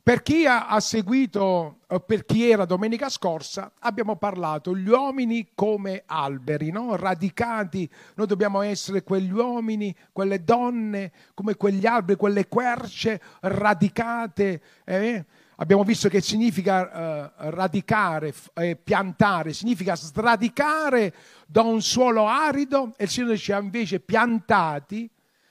Per chi ha seguito, per chi era domenica scorsa, abbiamo parlato gli uomini come alberi, no? Radicati. Noi dobbiamo essere quegli uomini, quelle donne, come quegli alberi, quelle querce radicate. Abbiamo visto che significa radicare, piantare, significa sradicare da un suolo arido, e il Signore ci ha invece piantati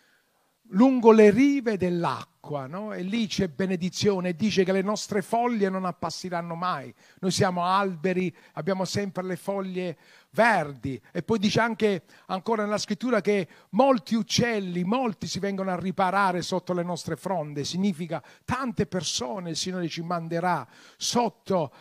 lungo le rive dell'acqua, no? E lì c'è benedizione, dice che le nostre foglie non appassiranno mai. Noi siamo alberi, abbiamo sempre le foglie verdi. E poi dice anche ancora nella scrittura che molti uccelli, molti si vengono a riparare sotto le nostre fronde. Significa tante persone il Signore ci manderà sotto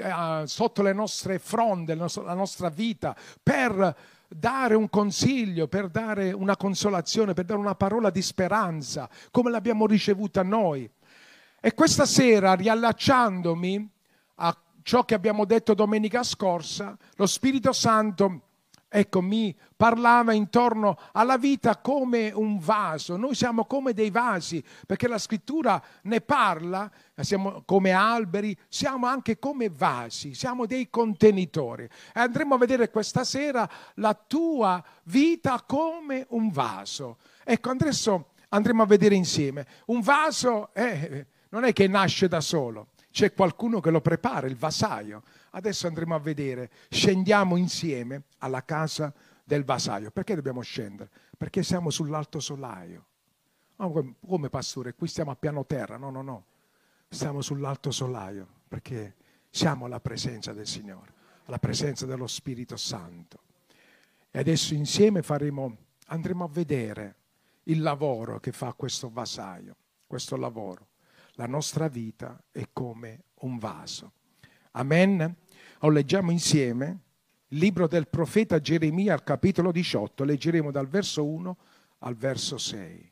le nostre fronde, la nostra vita, per dare un consiglio, per dare una consolazione, per dare una parola di speranza, come l'abbiamo ricevuta noi. E questa sera, riallacciandomi a ciò che abbiamo detto domenica scorsa, lo Spirito Santo, ecco, mi parlava intorno alla vita come un vaso. Noi siamo come dei vasi, perché la scrittura ne parla, siamo come alberi, siamo anche come vasi, siamo dei contenitori. E andremo a vedere questa sera la tua vita come un vaso. Ecco, adesso andremo a vedere insieme. Un vaso non è che nasce da solo, c'è qualcuno che lo prepara, il vasaio. Adesso andremo a vedere, scendiamo insieme alla casa del vasaio. Perché dobbiamo scendere? Perché siamo sull'alto solaio. Oh, come pastore, qui stiamo a piano terra. No. Stiamo sull'alto solaio, perché siamo alla presenza del Signore, alla presenza dello Spirito Santo. E adesso insieme andremo a vedere il lavoro che fa questo vasaio, questo lavoro. La nostra vita è come un vaso. Amen? Leggiamo insieme il libro del profeta Geremia al capitolo 18, leggeremo dal verso 1 al verso 6.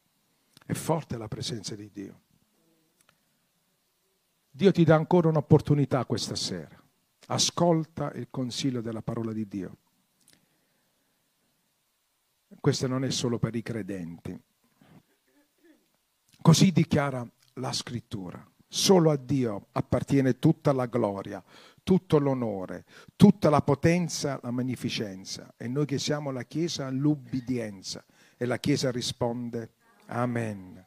È forte la presenza di Dio. Dio ti dà ancora un'opportunità questa sera. Ascolta il consiglio della parola di Dio. Questo non è solo per i credenti. Così dichiara la scrittura. Solo a Dio appartiene tutta la gloria, tutto l'onore, tutta la potenza, la magnificenza. E noi che siamo la Chiesa, l'ubbidienza. E la Chiesa risponde, Amen.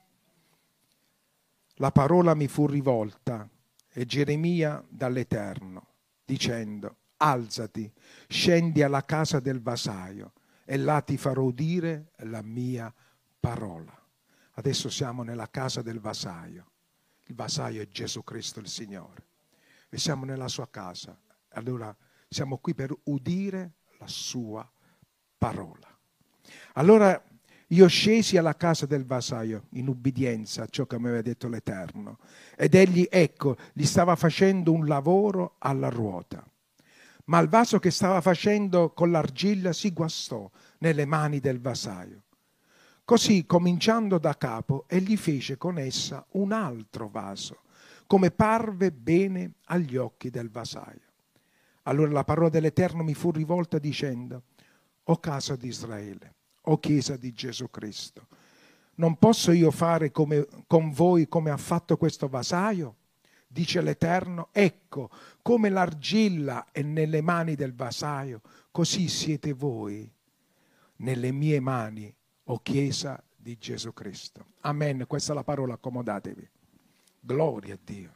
La parola mi fu rivolta, e Geremia dall'Eterno, dicendo, alzati, scendi alla casa del vasaio, e là ti farò udire la mia parola. Adesso siamo nella casa del vasaio. Il vasaio è Gesù Cristo il Signore. E siamo nella sua casa. Allora siamo qui per udire la sua parola. Allora io scesi alla casa del vasaio in ubbidienza a ciò che mi aveva detto l'Eterno. Ed egli, ecco, gli stava facendo un lavoro alla ruota. Ma il vaso che stava facendo con l'argilla si guastò nelle mani del vasaio. Così, cominciando da capo, egli fece con essa un altro vaso, come parve bene agli occhi del vasaio. Allora la parola dell'Eterno mi fu rivolta dicendo, o casa di Israele, o Chiesa di Gesù Cristo, non posso io fare con voi come ha fatto questo vasaio? Dice l'Eterno, ecco, come l'argilla è nelle mani del vasaio, così siete voi nelle mie mani, o Chiesa di Gesù Cristo. Amen. Questa è la parola, accomodatevi. Gloria a Dio.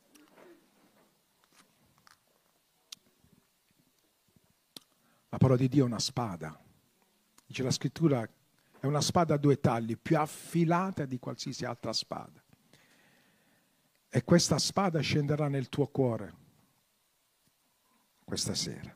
La parola di Dio è una spada. Dice la scrittura, è una spada a due tagli, più affilata di qualsiasi altra spada. E questa spada scenderà nel tuo cuore questa sera.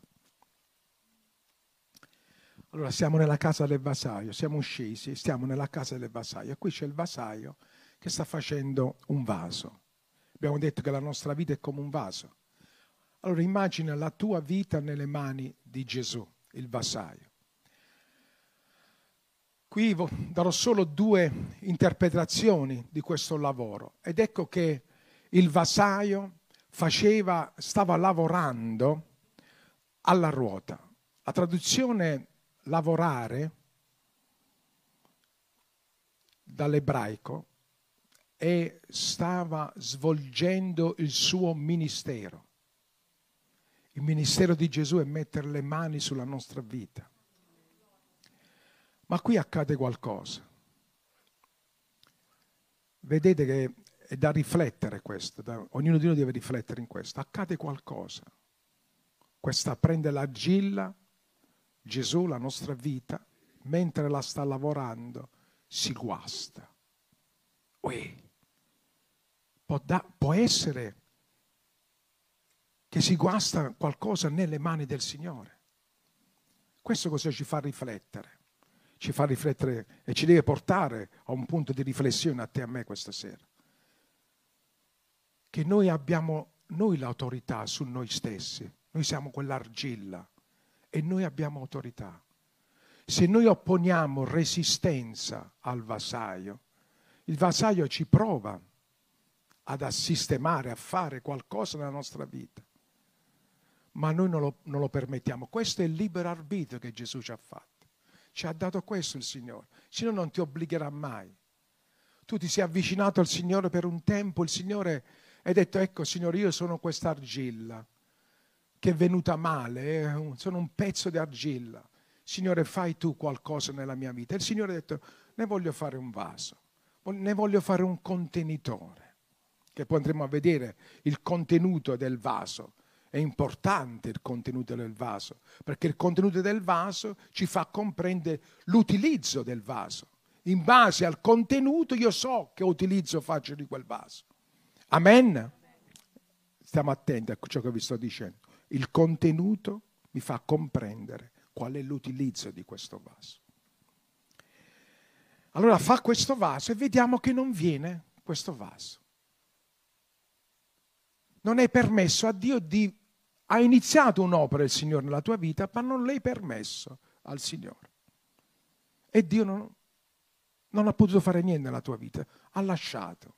Allora siamo nella casa del vasaio, siamo scesi, stiamo nella casa del vasaio. E qui c'è il vasaio che sta facendo un vaso. Abbiamo detto che la nostra vita è come un vaso. Allora immagina la tua vita nelle mani di Gesù, il vasaio. Qui darò solo due interpretazioni di questo lavoro. Ed ecco che il vasaio stava lavorando alla ruota. La traduzione lavorare dall'ebraico e stava svolgendo il suo ministero. Il ministero di Gesù è mettere le mani sulla nostra vita. Ma qui accade qualcosa. Vedete che è da riflettere questo, ognuno di noi deve riflettere in questo. Accade qualcosa. Questa prende l'argilla, Gesù, la nostra vita, mentre la sta lavorando, si guasta. Può essere che si guasta qualcosa nelle mani del Signore. Questo cosa ci fa riflettere? Ci fa riflettere e ci deve portare a un punto di riflessione a te e a me questa sera. Che noi abbiamo l'autorità su noi stessi. Noi siamo quell'argilla e noi abbiamo autorità. Se noi opponiamo resistenza al vasaio, il vasaio ci prova ad sistemare, a fare qualcosa nella nostra vita. Ma noi non lo permettiamo. Questo è il libero arbitrio che Gesù ci ha fatto. Ci ha dato questo il Signore. Il Signore non ti obbligherà mai. Tu ti sei avvicinato al Signore per un tempo, il Signore ha detto: ecco Signore, io sono questa argilla che è venuta male, sono un pezzo di argilla. Signore, fai tu qualcosa nella mia vita. E il Signore ha detto: ne voglio fare un vaso, ne voglio fare un contenitore, che poi andremo a vedere il contenuto del vaso. È importante il contenuto del vaso, perché il contenuto del vaso ci fa comprendere l'utilizzo del vaso. In base al contenuto io so che utilizzo faccio di quel vaso. Amen? Stiamo attenti a ciò che vi sto dicendo. Il contenuto mi fa comprendere qual è l'utilizzo di questo vaso. Allora fa questo vaso e vediamo che non viene questo vaso. Non è permesso a Dio ha iniziato un'opera il Signore nella tua vita, ma non l'hai permesso al Signore. E Dio non ha potuto fare niente nella tua vita, ha lasciato.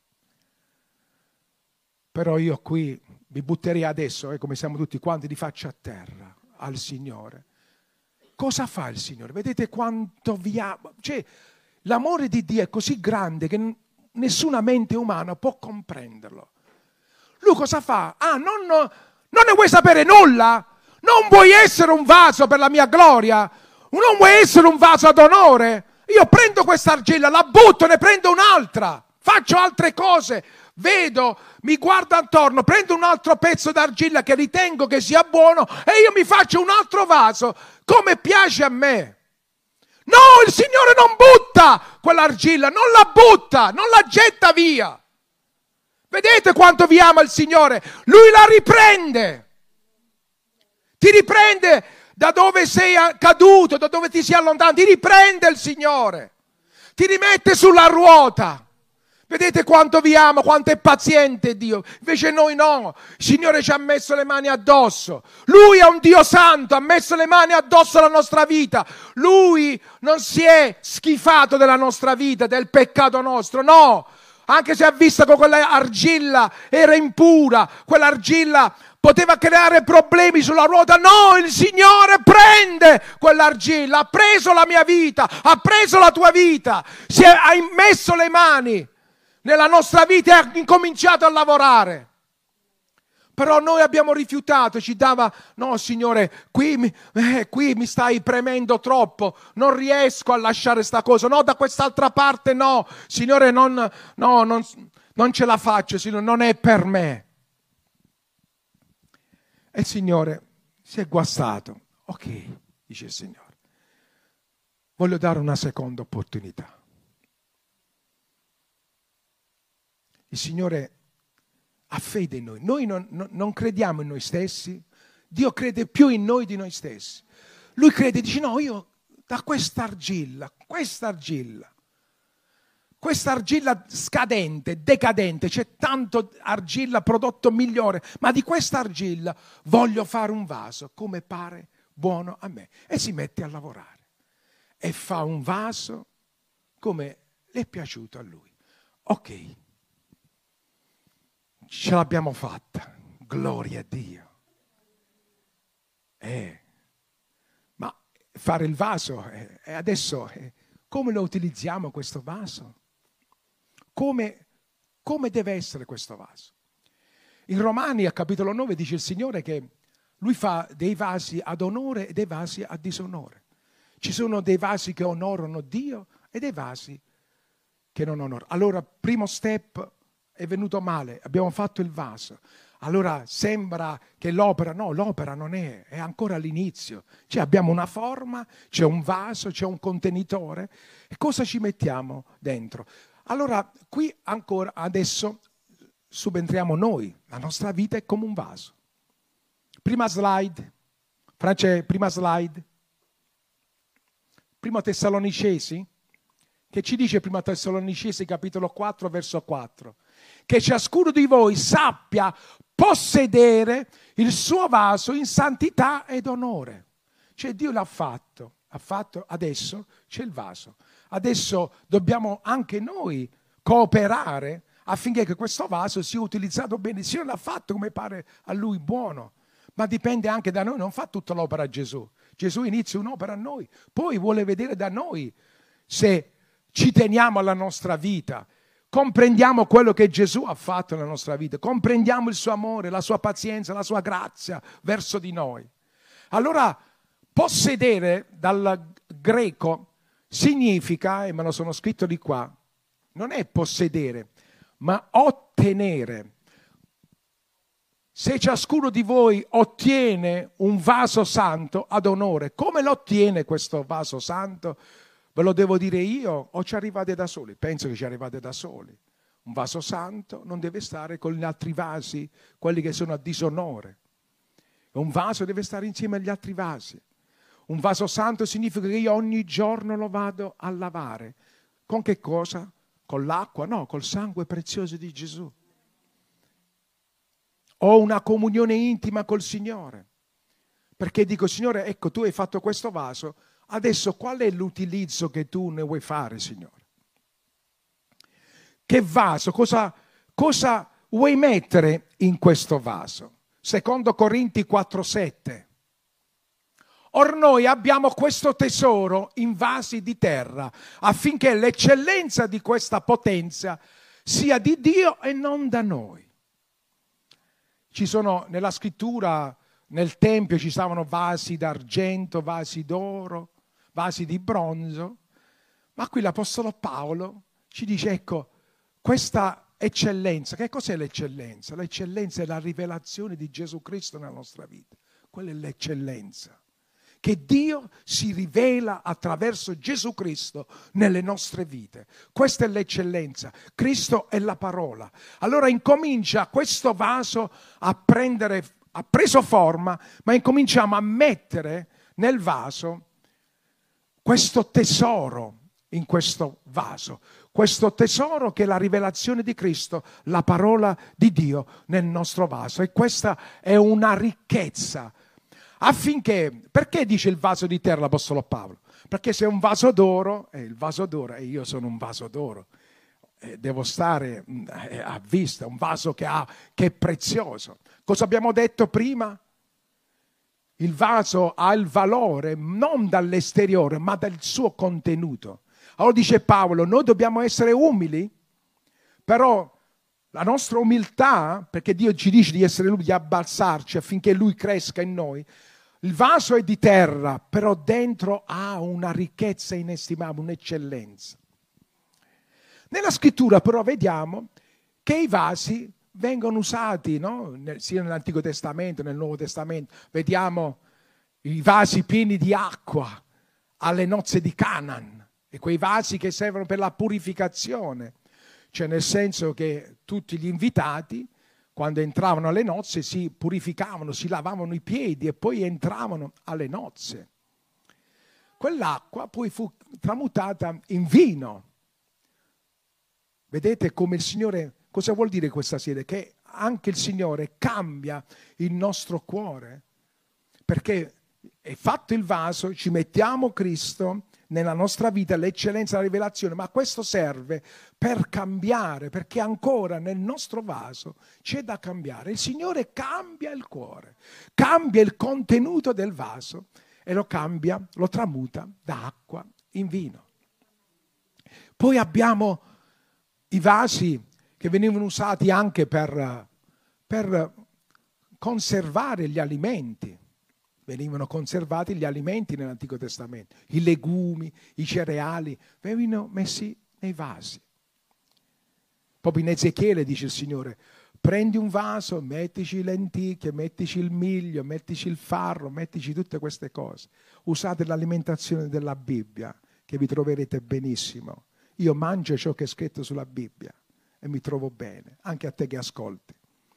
Però io qui mi butterei adesso, come siamo tutti quanti, di faccia a terra al Signore. Cosa fa il Signore? Vedete quanto vi ama? Cioè, l'amore di Dio è così grande che nessuna mente umana può comprenderlo. Lui cosa fa? Non ne vuoi sapere nulla? Non vuoi essere un vaso per la mia gloria? Non vuoi essere un vaso ad onore? Io prendo questa argilla, la butto, ne prendo un'altra, faccio altre cose, vedo, mi guardo attorno, prendo un altro pezzo d'argilla che ritengo che sia buono e io mi faccio un altro vaso come piace a me. No, il Signore non butta quell'argilla, non la butta, non la getta via. Vedete quanto vi ama il Signore? Lui la riprende. Ti riprende da dove sei caduto, da dove ti sei allontanato. Ti riprende il Signore. Ti rimette sulla ruota. Vedete quanto vi ama, quanto è paziente Dio. Invece noi no. Il Signore ci ha messo le mani addosso. Lui è un Dio santo, ha messo le mani addosso alla nostra vita. Lui non si è schifato della nostra vita, del peccato nostro, no. Anche se ha visto che quell'argilla era impura, quell'argilla poteva creare problemi sulla ruota. No, il Signore prende quell'argilla, ha preso la mia vita, ha preso la tua vita, ha messo le mani nella nostra vita e ha incominciato a lavorare. Però noi abbiamo rifiutato, ci dava: no Signore, qui mi stai premendo troppo, non riesco a lasciare sta cosa, no, da quest'altra parte no, Signore non ce la faccio, Signore, non è per me. E il Signore si è guastato. Ok, dice il Signore, voglio dare una seconda opportunità. Il Signore ha fede in noi. Noi non crediamo in noi stessi. Dio crede più in noi di noi stessi. Lui crede, dice: no, io da quest'argilla scadente, decadente, c'è tanto argilla, prodotto migliore, ma di quest'argilla voglio fare un vaso come pare buono a me. E si mette a lavorare e fa un vaso come le è piaciuto a lui. Ok. Ce l'abbiamo fatta, gloria a Dio. Ma fare il vaso, e adesso come lo utilizziamo questo vaso? Come come deve essere questo vaso. In Romani, a capitolo 9, dice il Signore che Lui fa dei vasi ad onore e dei vasi a disonore. Ci sono dei vasi che onorano Dio e dei vasi che non onorano. Allora, primo step è venuto male, abbiamo fatto il vaso. Allora sembra che l'opera, no, l'opera non è ancora all'inizio. Cioè abbiamo una forma, c'è un vaso, c'è un contenitore. E cosa ci mettiamo dentro? Allora, qui ancora, adesso subentriamo noi. La nostra vita è come un vaso. Prima slide. Francia, prima slide. Primo Tessalonicesi. Che ci dice Prima Tessalonicesi capitolo 4 verso 4? Che ciascuno di voi sappia possedere il suo vaso in santità ed onore. Cioè Dio l'ha fatto, adesso c'è il vaso. Adesso dobbiamo anche noi cooperare affinché questo vaso sia utilizzato bene. Il Signore l'ha fatto come pare a Lui buono, ma dipende anche da noi, non fa tutta l'opera a Gesù. Gesù inizia un'opera a noi, poi vuole vedere da noi se ci teniamo alla nostra vita, comprendiamo quello che Gesù ha fatto nella nostra vita, comprendiamo il suo amore, la sua pazienza, la sua grazia verso di noi. Allora, possedere dal greco significa, e me lo sono scritto di qua, non è possedere, ma ottenere. Se ciascuno di voi ottiene un vaso santo ad onore, come lo ottiene questo vaso santo? Ve lo devo dire io o ci arrivate da soli? Penso che ci arrivate da soli. Un vaso santo non deve stare con gli altri vasi, quelli che sono a disonore. Un vaso deve stare insieme agli altri vasi. Un vaso santo significa che io ogni giorno lo vado a lavare. Con che cosa? Con l'acqua? No, col sangue prezioso di Gesù. Ho una comunione intima col Signore. Perché dico, Signore, ecco, tu hai fatto questo vaso, adesso qual è l'utilizzo che tu ne vuoi fare, Signore? Che vaso? Cosa vuoi mettere in questo vaso? Secondo Corinti 4,7. Or noi abbiamo questo tesoro in vasi di terra, affinché l'eccellenza di questa potenza sia di Dio e non da noi. Ci sono nella scrittura, nel Tempio ci stavano vasi d'argento, vasi d'oro, vasi di bronzo, ma qui l'Apostolo Paolo ci dice, ecco, questa eccellenza, che cos'è l'eccellenza? L'eccellenza è la rivelazione di Gesù Cristo nella nostra vita, quella è l'eccellenza, che Dio si rivela attraverso Gesù Cristo nelle nostre vite. Questa è l'eccellenza, Cristo è la parola. Allora incomincia questo vaso ha preso forma, ma incominciamo a mettere nel vaso questo tesoro in questo vaso, questo tesoro che è la rivelazione di Cristo, la parola di Dio nel nostro vaso. E questa è una ricchezza. Affinché, perché dice il vaso di terra l'Apostolo Paolo? Perché se è un vaso d'oro, il vaso d'oro, e io sono un vaso d'oro, devo stare a vista, un vaso che è prezioso. Cosa abbiamo detto prima? Il vaso ha il valore non dall'esteriore, ma dal suo contenuto. Allora dice Paolo, noi dobbiamo essere umili, però la nostra umiltà, perché Dio ci dice di essere umili, di abbassarci affinché Lui cresca in noi. Il vaso è di terra, però dentro ha una ricchezza inestimabile, un'eccellenza. Nella scrittura però vediamo che i vasi vengono usati, no? Sia nell'Antico Testamento, nel Nuovo Testamento. Vediamo i vasi pieni di acqua alle nozze di Canaan e quei vasi che servono per la purificazione. Cioè nel senso che tutti gli invitati, quando entravano alle nozze, si purificavano, si lavavano i piedi e poi entravano alle nozze. Quell'acqua poi fu tramutata in vino. Vedete come il Signore, cosa vuol dire questa sera? Che anche il Signore cambia il nostro cuore, perché è fatto il vaso, ci mettiamo Cristo nella nostra vita, l'eccellenza della rivelazione, ma questo serve per cambiare, perché ancora nel nostro vaso c'è da cambiare. Il Signore cambia il cuore, cambia il contenuto del vaso e lo cambia, lo tramuta da acqua in vino. Poi abbiamo i vasi che venivano usati anche per conservare gli alimenti. Venivano conservati gli alimenti nell'Antico Testamento. I legumi, i cereali, venivano messi nei vasi. Proprio in Ezechiele dice il Signore: prendi un vaso, mettici lenticchie, mettici il miglio, mettici il farro, mettici tutte queste cose. Usate l'alimentazione della Bibbia, che vi troverete benissimo. Io mangio ciò che è scritto sulla Bibbia e mi trovo bene, anche a te che ascolti.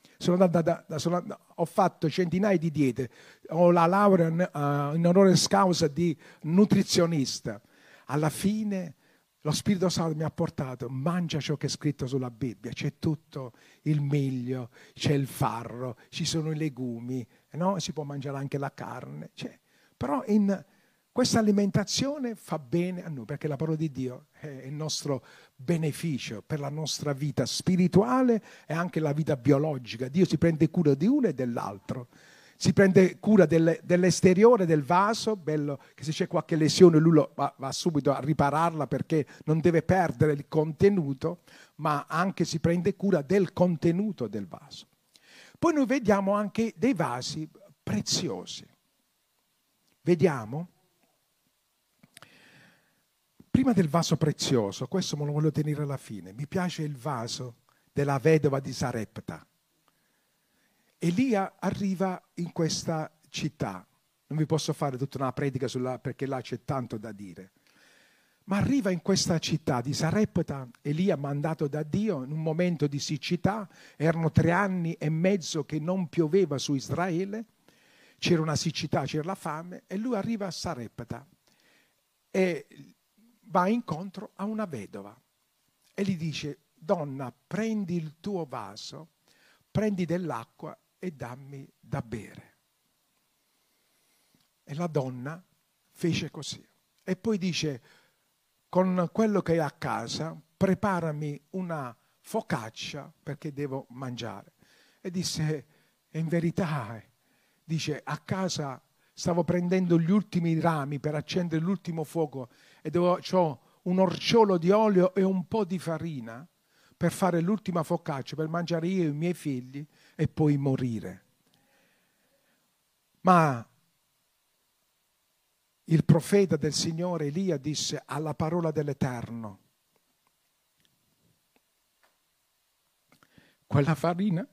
Ho fatto centinaia di diete, ho la laurea in honoris causa di nutrizionista. Alla fine lo Spirito Santo mi ha portato: mangia ciò che è scritto sulla Bibbia, c'è tutto il miglio, c'è il farro, ci sono i legumi, no? Si può mangiare anche la carne. Però questa alimentazione fa bene a noi, perché la parola di Dio è il nostro beneficio per la nostra vita spirituale e anche la vita biologica. Dio si prende cura di uno e dell'altro. Si prende cura dell'esteriore del vaso, bello che se c'è qualche lesione lui va subito a ripararla, perché non deve perdere il contenuto, ma anche si prende cura del contenuto del vaso. Poi noi vediamo anche dei vasi preziosi. Vediamo, prima del vaso prezioso, questo me lo voglio tenere alla fine, mi piace il vaso della vedova di Sarepta. Elia arriva in questa città. Non vi posso fare tutta una predica perché là c'è tanto da dire. Ma arriva in questa città di Sarepta, Elia mandato da Dio in un momento di siccità. Erano 3 anni e mezzo che non pioveva su Israele. C'era una siccità, c'era la fame, e lui arriva a Sarepta e va incontro a una vedova e gli dice: donna, prendi il tuo vaso, prendi dell'acqua e dammi da bere. E la donna fece così. E poi dice: con quello che hai a casa, preparami una focaccia perché devo mangiare. E disse: in verità, dice, a casa stavo prendendo gli ultimi rami per accendere l'ultimo fuoco e ho un orciolo di olio e un po' di farina per fare l'ultima focaccia, per mangiare io e i miei figli e poi morire. Ma il profeta del Signore Elia disse: alla parola dell'Eterno, quella farina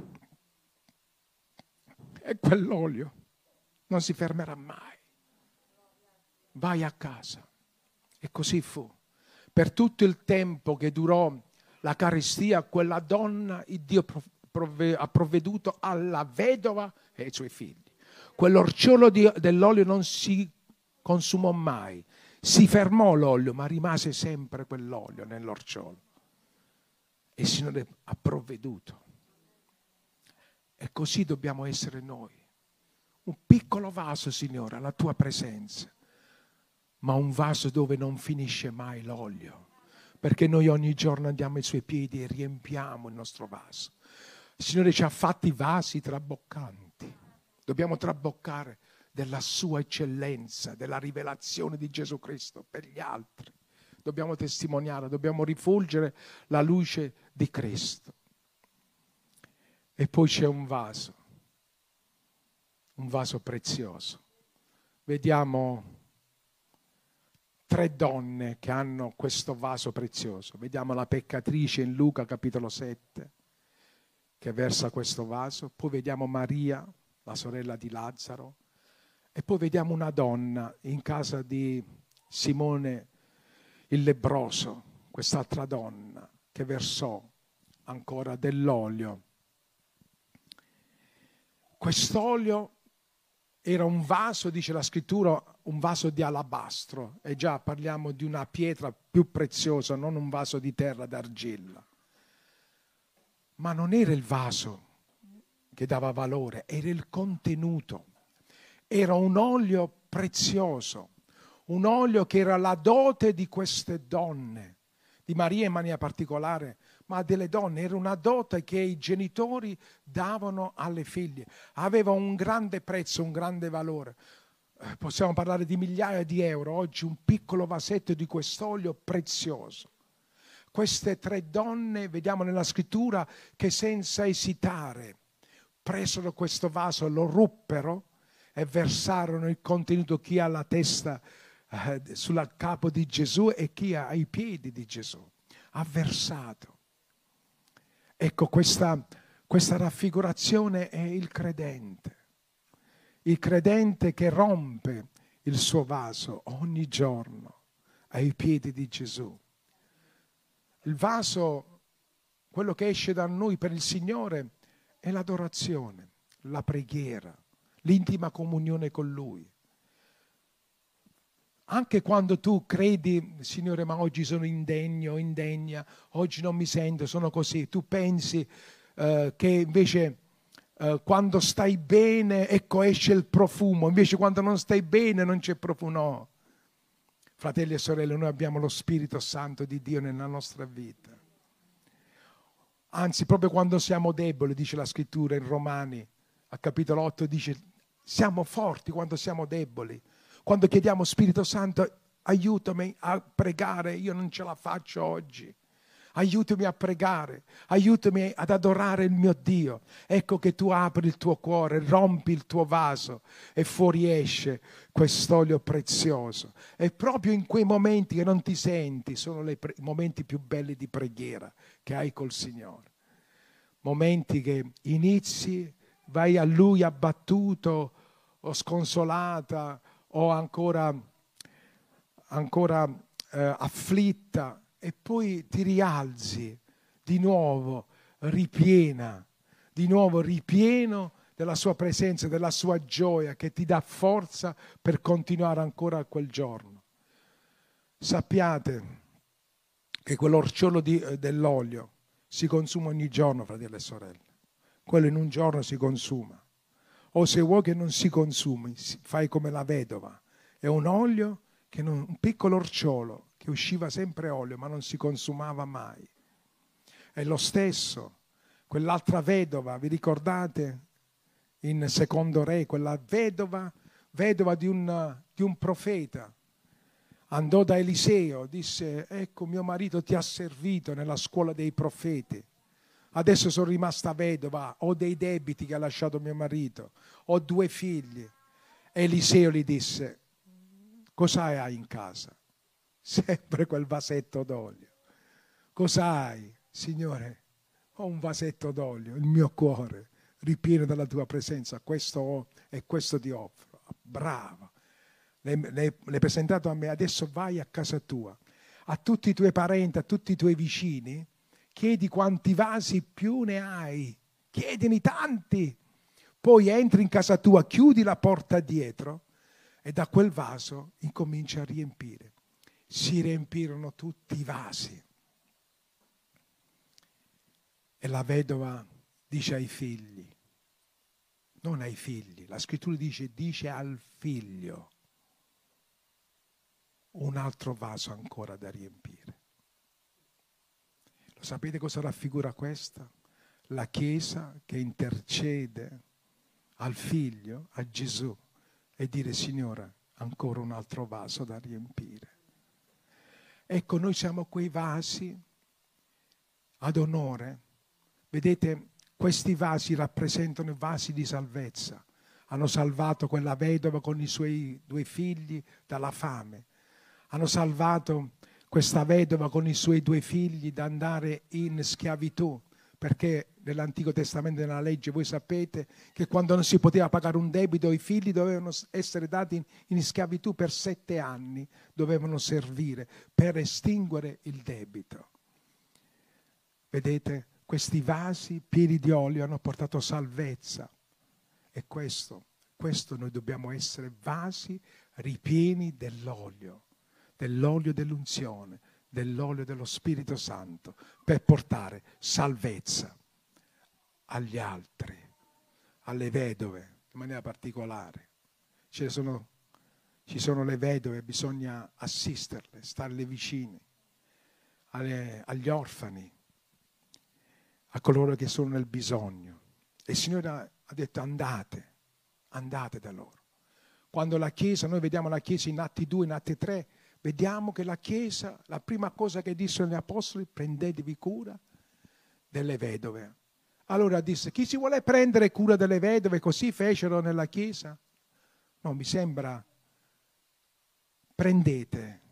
e quell'olio non si fermerà mai. Vai a casa. E così fu. Per tutto il tempo che durò la carestia, quella donna, il Dio ha provveduto alla vedova e ai suoi figli. Quell'orciolo dell'olio non si consumò mai. Si fermò l'olio, ma rimase sempre quell'olio nell'orciolo. E il Signore ha provveduto. E così dobbiamo essere noi. Un piccolo vaso, Signore, alla tua presenza, ma un vaso dove non finisce mai l'olio, perché noi ogni giorno andiamo ai suoi piedi e riempiamo il nostro vaso. Il Signore ci ha fatti vasi traboccanti. Dobbiamo traboccare della sua eccellenza, della rivelazione di Gesù Cristo per gli altri. Dobbiamo testimoniare, dobbiamo rifulgere la luce di Cristo. E poi c'è un vaso prezioso. Vediamo 3 donne che hanno questo vaso prezioso. Vediamo la peccatrice in Luca capitolo 7 che versa questo vaso. Poi vediamo Maria, la sorella di Lazzaro. E poi vediamo una donna in casa di Simone il lebbroso, quest'altra donna che versò ancora dell'olio. Quest'olio era un vaso, dice la scrittura, un vaso di alabastro. E già parliamo di una pietra più preziosa, non un vaso di terra d'argilla. Ma non era il vaso che dava valore, era il contenuto. Era un olio prezioso, un olio che era la dote di queste donne, di Maria in maniera particolare, ma delle donne. Era una dote che i genitori davano alle figlie. Aveva un grande prezzo, un grande valore. Possiamo parlare di migliaia di euro. Oggi un piccolo vasetto di quest'olio prezioso. Queste 3 donne, vediamo nella scrittura, che senza esitare presero questo vaso, lo ruppero e versarono il contenuto, chi ha la testa sul capo di Gesù e chi ha i piedi di Gesù. Ha versato. Ecco, questa raffigurazione è il credente che rompe il suo vaso ogni giorno ai piedi di Gesù. Il vaso, quello che esce da noi per il Signore, è l'adorazione, la preghiera, l'intima comunione con Lui. Anche quando tu credi, Signore, ma oggi sono indegno, indegna, oggi non mi sento, sono così, tu pensi che invece quando stai bene, ecco, esce il profumo, invece quando non stai bene non c'è profumo. No. Fratelli e sorelle, noi abbiamo lo Spirito Santo di Dio nella nostra vita. Anzi, proprio quando siamo deboli, dice la scrittura in Romani, al capitolo 8, dice, siamo forti quando siamo deboli. Quando chiediamo Spirito Santo, aiutami a pregare, io non ce la faccio oggi. Aiutami a pregare, aiutami ad adorare il mio Dio. Ecco che tu apri il tuo cuore, rompi il tuo vaso e fuoriesce quest'olio prezioso. E proprio in quei momenti che non ti senti, sono i momenti più belli di preghiera che hai col Signore. Momenti che inizi, vai a Lui abbattuto o sconsolata o ancora afflitta, e poi ti rialzi di nuovo ripieno della sua presenza, della sua gioia che ti dà forza per continuare ancora quel giorno. Sappiate che quell'orciolo dell'olio si consuma ogni giorno, fratelli e sorelle. Quello in un giorno si consuma. O se vuoi che non si consumi, fai come la vedova. È un olio, un piccolo orciolo, che usciva sempre olio, ma non si consumava mai. È lo stesso, quell'altra vedova, vi ricordate? In Secondo Re, quella vedova di un profeta, andò da Eliseo, disse, ecco mio marito ti ha servito nella scuola dei profeti, adesso sono rimasta vedova, ho dei debiti che ha lasciato mio marito, ho 2 figli. Eliseo gli disse, cosa hai in casa? Sempre quel vasetto d'olio. Cosa hai? Signore, ho un vasetto d'olio, il mio cuore ripieno della tua presenza, questo ho e questo ti offro. Brava, l'hai presentato a me, adesso vai a casa tua, a tutti i tuoi parenti, a tutti i tuoi vicini, chiedi quanti vasi più ne hai, chiedini tanti, poi entri in casa tua, chiudi la porta dietro e da quel vaso incomincia a riempire. Si riempirono tutti i vasi. E la vedova dice ai figli, non ai figli, la scrittura dice al figlio, un altro vaso ancora da riempire. Lo sapete cosa raffigura questa? La Chiesa che intercede al figlio, a Gesù, e dire, Signore, ancora un altro vaso da riempire. Ecco, noi siamo quei vasi ad onore. Vedete, questi vasi rappresentano i vasi di salvezza. Hanno salvato quella vedova con i suoi 2 figli dalla fame. Hanno salvato questa vedova con i suoi 2 figli da andare in schiavitù. Perché nell'Antico Testamento, nella legge, voi sapete che quando non si poteva pagare un debito, i figli dovevano essere dati in schiavitù per 7 anni, dovevano servire per estinguere il debito. Vedete, questi vasi pieni di olio hanno portato salvezza. E questo noi dobbiamo essere vasi ripieni dell'olio dell'unzione, dell'olio dello Spirito Santo, per portare salvezza agli altri, alle vedove, in maniera particolare. Ci sono le vedove, bisogna assisterle, starle vicine, agli orfani, a coloro che sono nel bisogno. E il Signore ha detto andate da loro. Quando la Chiesa, noi vediamo la Chiesa in Atti 2, in Atti 3, vediamo che la Chiesa, la prima cosa che dissero gli apostoli, prendetevi cura delle vedove. Allora disse, chi si vuole prendere cura delle vedove? Così fecero nella Chiesa? No, mi sembra, prendete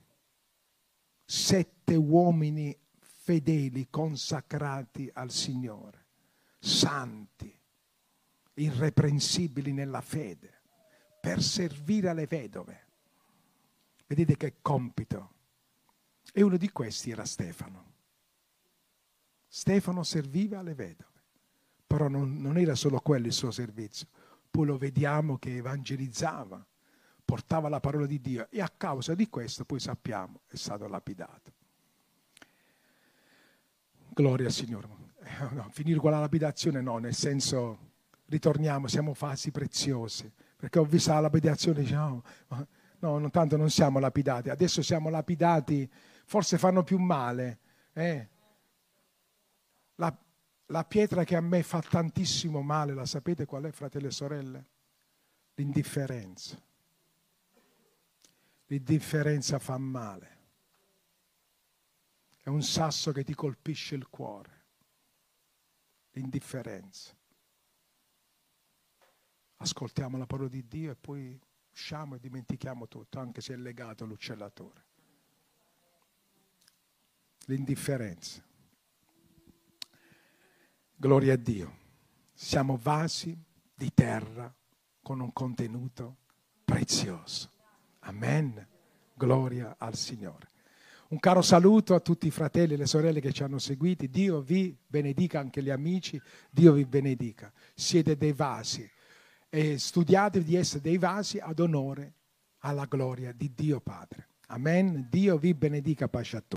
7 uomini fedeli, consacrati al Signore, santi, irreprensibili nella fede, per servire alle vedove. Vedete che compito. E uno di questi era Stefano. Stefano serviva alle vedove, però non era solo quello il suo servizio. Poi lo vediamo che evangelizzava, portava la parola di Dio e a causa di questo poi sappiamo è stato lapidato. Gloria al Signore. No, finire con la lapidazione no, nel senso ritorniamo, siamo fasi preziose, perché ho visto la lapidazione, diciamo, no, tanto non siamo lapidati, adesso siamo lapidati, forse fanno più male. La pietra che a me fa tantissimo male, la sapete qual è, fratelli e sorelle? L'indifferenza. L'indifferenza fa male. È un sasso che ti colpisce il cuore. L'indifferenza. Ascoltiamo la parola di Dio e poi usciamo e dimentichiamo tutto, anche se è legato all'uccellatore. L'indifferenza. Gloria a Dio. Siamo vasi di terra con un contenuto prezioso. Amen. Gloria al Signore. Un caro saluto a tutti i fratelli e le sorelle che ci hanno seguiti. Dio vi benedica, anche gli amici. Dio vi benedica. Siete dei vasi e studiate di essere dei vasi ad onore alla gloria di Dio Padre. Amen. Dio vi benedica, pace a tutti.